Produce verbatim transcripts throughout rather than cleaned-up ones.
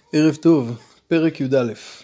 ערב טוב, פרק י"א.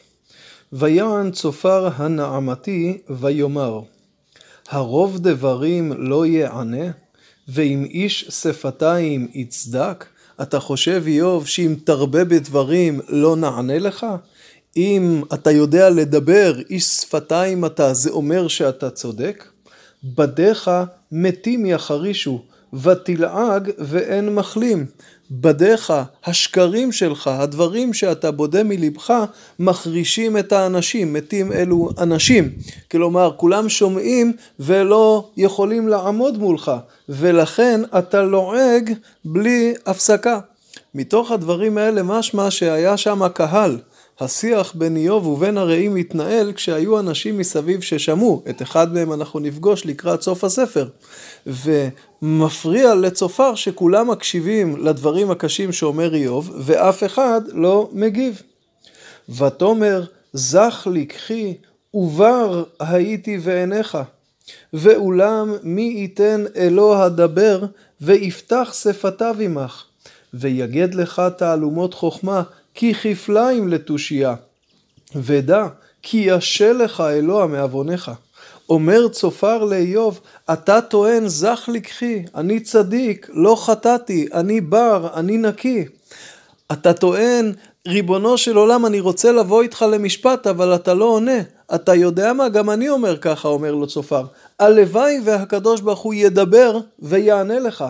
ויען צופר הנעמתי ויאמר, הרוב דברים לא יענה, ואם איש שפתיים יצדק, אתה חושב איוב שאם תרבה בדברים לא נענה לך? אם אתה יודע לדבר, איש שפתיים אתה, זה אומר שאתה צודק? בדיך מתים יחרישו, ותלעג ואין מחלים. בדיך, השקרים שלך, הדברים שאתה בודה מלבך, מחרישים את האנשים, מתים אלו אנשים. כלומר, כולם שומעים ולא יכולים לעמוד מולך, ולכן אתה לועג בלי הפסקה. מתוך הדברים האלה משמע שהיה שם הקהל. השיח בין איוב ובין הרעים התנהל כשהיו אנשים מסביב ששמעו. את אחד מהם אנחנו נפגוש לקראת סוף הספר. ומפריע לצופר שכולם מקשיבים לדברים הקשים שאומר איוב, ואף אחד לא מגיב. ותאמר, זך לקחי ובר הייתי בעיניך. ואולם מי ייתן אלוה הדבר ויפתח שפתיו עמך. ויגד לך תעלומות חוכמה כי כפליים לתושייה. ודע כי ישל לך אלוה מעוונך. אומר צופר לאיוב, אתה טוען זך לקחי, אני צדיק, לא חטאתי, אני בר, אני נקי. אתה טוען, ריבונו של עולם, אני רוצה לבוא איתך למשפט, אבל אתה לא עונה. אתה יודע מה? גם אני אומר ככה, אומר לו צופר. הלוואי והקדוש ברוך הוא ידבר ויענה לך.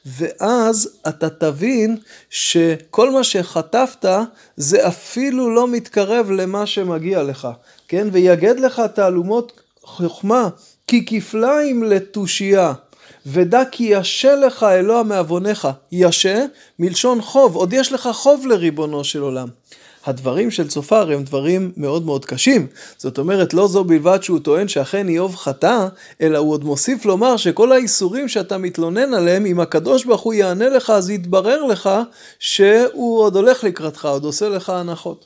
ואז אתה תבין שכל מה שחטפת זה אפילו לא מתקרב למה שמגיע לך. כן? ויגד לך תעלומות חוכמה כי כפליים לתושייה. ודע כי ישה לך אלוה מעוונך. ישה מלשון חוב, עוד יש לך חוב לריבונו של עולם. הדברים של צופר הם דברים מאוד מאוד קשים. זאת אומרת, לא זו בלבד שהוא טוען שאכן איוב חטא, אלא הוא עוד מוסיף לומר שכל האיסורים שאתה מתלונן עליהם, אם הקדוש ברוך הוא יענה לך, אז יתברר לך שהוא עוד הולך לקראתך, עוד עושה לך הנחות.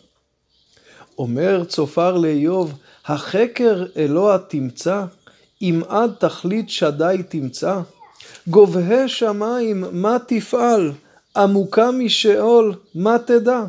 אומר צופר לאיוב, החקר אלוה תמצא, אם עד תכלית שדי תמצא. גובהי שמיים מה תפעל, עמוקה משאול מה תדע.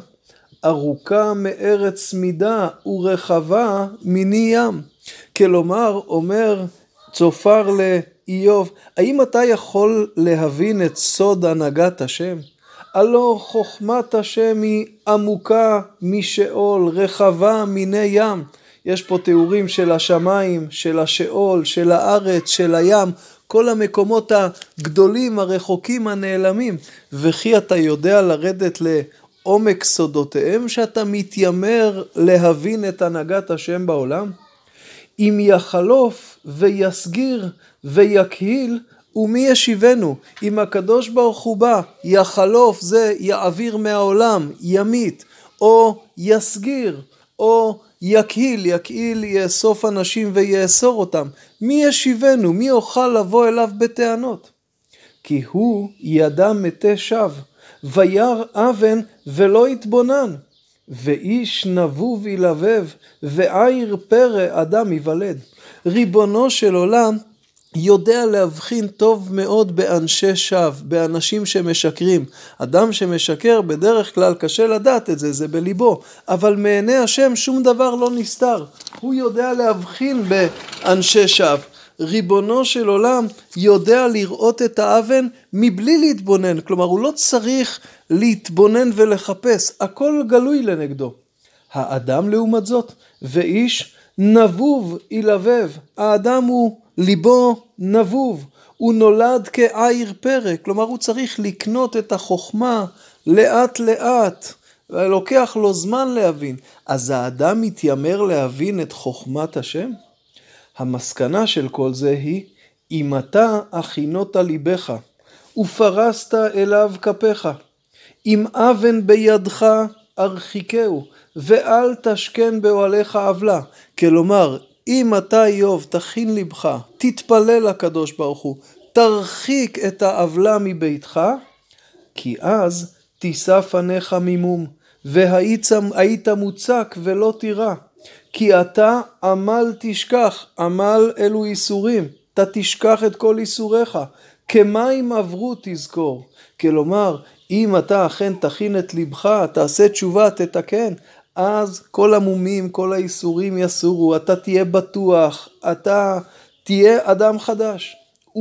ארוכה מארץ מידה ורחבה מני ים. כלומר, אומר צופר לאיוב, האם אתה יכול להבין את סוד הנהגת השם? הלא חוכמת השם היא עמוקה משאול, רחבה מני ים. יש פה תיאורים של השמיים, של השאול, של הארץ, של הים, כל המקומות הגדולים, הרחוקים, הנעלמים. וכי אתה יודע לרדת לעומק סודותיהם שאתה מתיימר להבין את הנהגת השם בעולם? אם יחלוף ויסגיר ויקהיל, ומי ישיבנו? אם הקדוש ברוך הוא בא, יחלוף זה יעביר מהעולם, ימית, או יסגיר, או יקהיל, יקהיל יאסוף אנשים ויאסור אותם. מי ישיבנו? מי יוכל לבוא אליו בטענות? כי הוא ידע מתי שב, וירא אבן ולא יתבונן, ואיש נבוב ילבב, ועיר פרא אדם יוולד. ריבונו של עולם יודע להבחין טוב מאוד באנשי שווא, באנשים שמשקרים. אדם שמשקר בדרך כלל קשה לדעת את זה, זה בליבו, אבל מעיני השם שום דבר לא נסתר. הוא יודע להבחין באנשי שווא. ריבונו של עולם יודע לראות את האבן מבלי להתבונן, כלומר הוא לא צריך להתבונן ולחפש, הכל גלוי לנגדו. האדם לעומת זאת, ואיש נבוב ילבב, האדם הוא ליבו נבוב, הוא נולד כעיר פרא, כלומר הוא צריך לקנות את החוכמה לאט לאט, ולוקח לו זמן להבין. אז האדם מתיימר להבין את חוכמת השם? המסקנה של כל זה היא, אם אתה הכינות ליבך, ופרסת אליו כפיך, אם אבן בידך ארחיקהו, ואל תשכן באוהליך עוולה. כלומר, אם אתה איוב תכין ליבך, תתפלל לקדוש ברוך הוא, תרחיק את העוולה מביתך, כי אז תישא פניך ממום, והיית מוצק ולא תירא. כי אתה עמל תשכח, עמל אלו איסורים, אתה תשכח את כל איסוריך, כמים עברו תזכור. כלומר, אם אתה אכן תכין את לבך, תעשה תשובה, תתקן, אז כל המומים, כל האיסורים יסורו, אתה תהיה בטוח, אתה תהיה אדם חדש.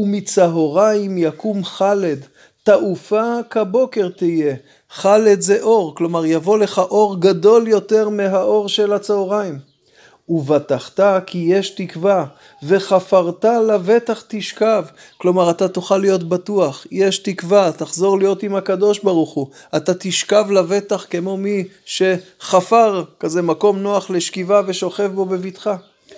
ומצהריים יקום חלד, תעופה כבוקר תהיה. חלד זה אור, כלומר יבוא לך אור גדול יותר מהאור של הצהריים. ובטחת כי יש תקווה, וחפרת לבטח תשכב. כלומר, אתה תוכל להיות בטוח, יש תקווה, תחזור להיות עם הקדוש ברוך הוא. אתה תשכב לבטח כמו מי שחפר כזה מקום נוח לשכיבה ושוכב בו בביתך.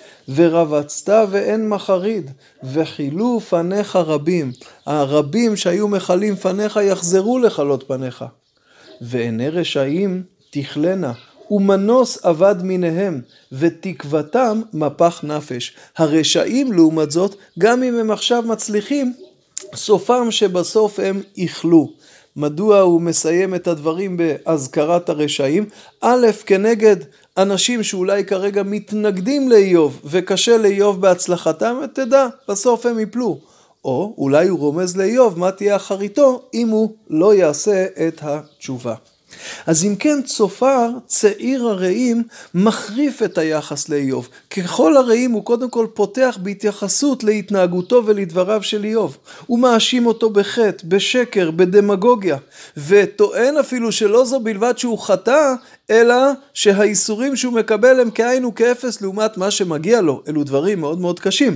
ורבצת ואין מחריד, וחילו פניך רבים. הרבים שהיו מחלים פניך יחזרו לחלות פניך. ועיני רשעים תכלנה. ומנוס אבד מיניהם, ותקוותם מפח נפש. הרשעים לעומת זאת, גם אם הם עכשיו מצליחים, סופם שבסוף הם יחלו. מדוע הוא מסיים את הדברים בהזכרת הרשעים? א', כנגד אנשים שאולי כרגע מתנגדים לאיוב, וקשה לאיוב בהצלחתם, תדע, בסוף הם יפלו. או אולי הוא רומז לאיוב מה תהיה אחריתו, אם הוא לא יעשה את התשובה. אז אם כן, צופר, צעיר הרעים, מחריף את היחס לאיוב. ככל הרעים הוא קודם כל פותח בהתייחסות להתנהגותו ולדבריו של איוב. הוא מאשים אותו בחטא, בשקר, בדמגוגיה, וטוען אפילו שלא זו בלבד שהוא חטא, אלא שהאיסורים שהוא מקבל הם כאין וכאפס לעומת מה שמגיע לו. אלו דברים מאוד מאוד קשים.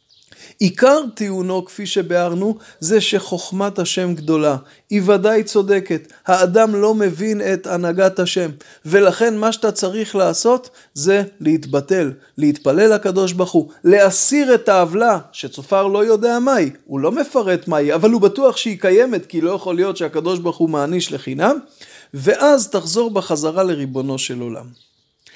עיקר טיעונו, כפי שבארנו, זה שחוכמת השם גדולה. היא ודאי צודקת. האדם לא מבין את הנהגת השם. ולכן מה שאתה צריך לעשות זה להתבטל, להתפלל לקדוש ברוך הוא, להסיר את העוולה, שצופר לא יודע מהי. הוא לא מפרט מהי, אבל הוא בטוח שהיא קיימת, כי לא יכול להיות שהקדוש ברוך הוא מעניש לחינם. ואז תחזור בחזרה לריבונו של עולם.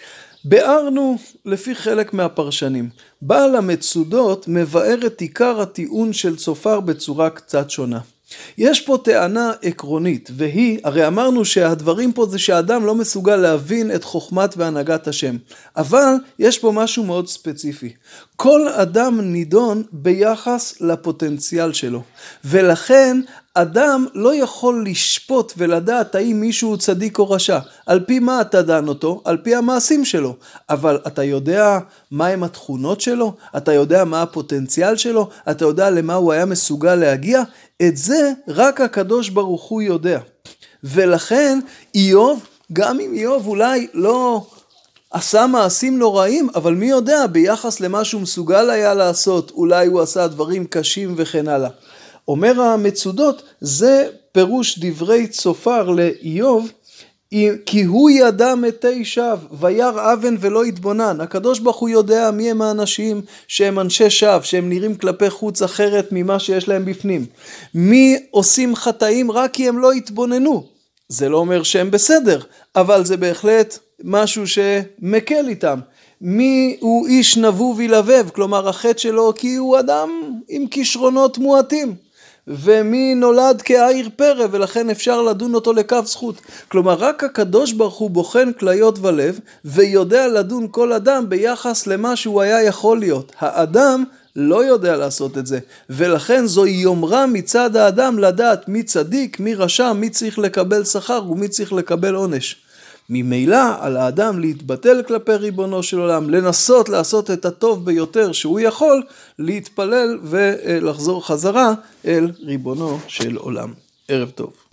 בארנו לפי חלק מהפרשנים. בעל המצודות מבאר את עיקר הטיעון של צופר בצורה קצת שונה. יש פה טענה עקרונית, והיא, הרי אמרנו שהדברים פה זה שהאדם לא מסוגל להבין את חוכמת והנהגת השם. אבל יש פה משהו מאוד ספציפי. כל אדם נידון ביחס לפוטנציאל שלו. ולכן אדם לא יכול לשפוט ולדעת האם מישהו הוא צדיק או רשע. על פי מה אתה דן אותו? על פי המעשים שלו. אבל אתה יודע מה הם התכונות שלו? אתה יודע מה הפוטנציאל שלו? אתה יודע למה הוא היה מסוגל להגיע? את זה רק הקדוש ברוך הוא יודע. ולכן איוב, גם אם איוב אולי לא עשה מעשים נוראים, אבל מי יודע ביחס למה שהוא מסוגל היה לעשות, אולי הוא עשה דברים קשים וכן הלאה. אומר המצודות, זה פירוש דברי צופר לאיוב, כי הוא ידע מתי שווא, וירא אבן ולא התבונן. הקדוש ברוך הוא יודע מי הם האנשים שהם אנשי שווא, שהם נראים כלפי חוץ אחרת ממה שיש להם בפנים. מי עושים חטאים רק כי הם לא התבוננו. זה לא אומר שהם בסדר, אבל זה בהחלט משהו שמקל איתם. מי הוא איש נבוב לבב, כלומר החטא שלו כי הוא אדם עם כישרונות מועטים. ומי נולד כעיר פרא, ולכן אפשר לדון אותו לכף זכות. כלומר, רק הקדוש ברוך הוא בוחן כליות ולב, ויודע לדון כל אדם ביחס למה שהוא היה יכול להיות. האדם לא יודע לעשות את זה, ולכן זו יומרה מצד האדם לדעת מי צדיק, מי רשע, מי צריך לקבל שכר ומי צריך לקבל עונש. ממילא על האדם להתבטל כלפי ריבונו של עולם, לנסות לעשות את הטוב ביותר שהוא יכול, להתפלל ולחזור חזרה אל ריבונו של עולם. ערב טוב.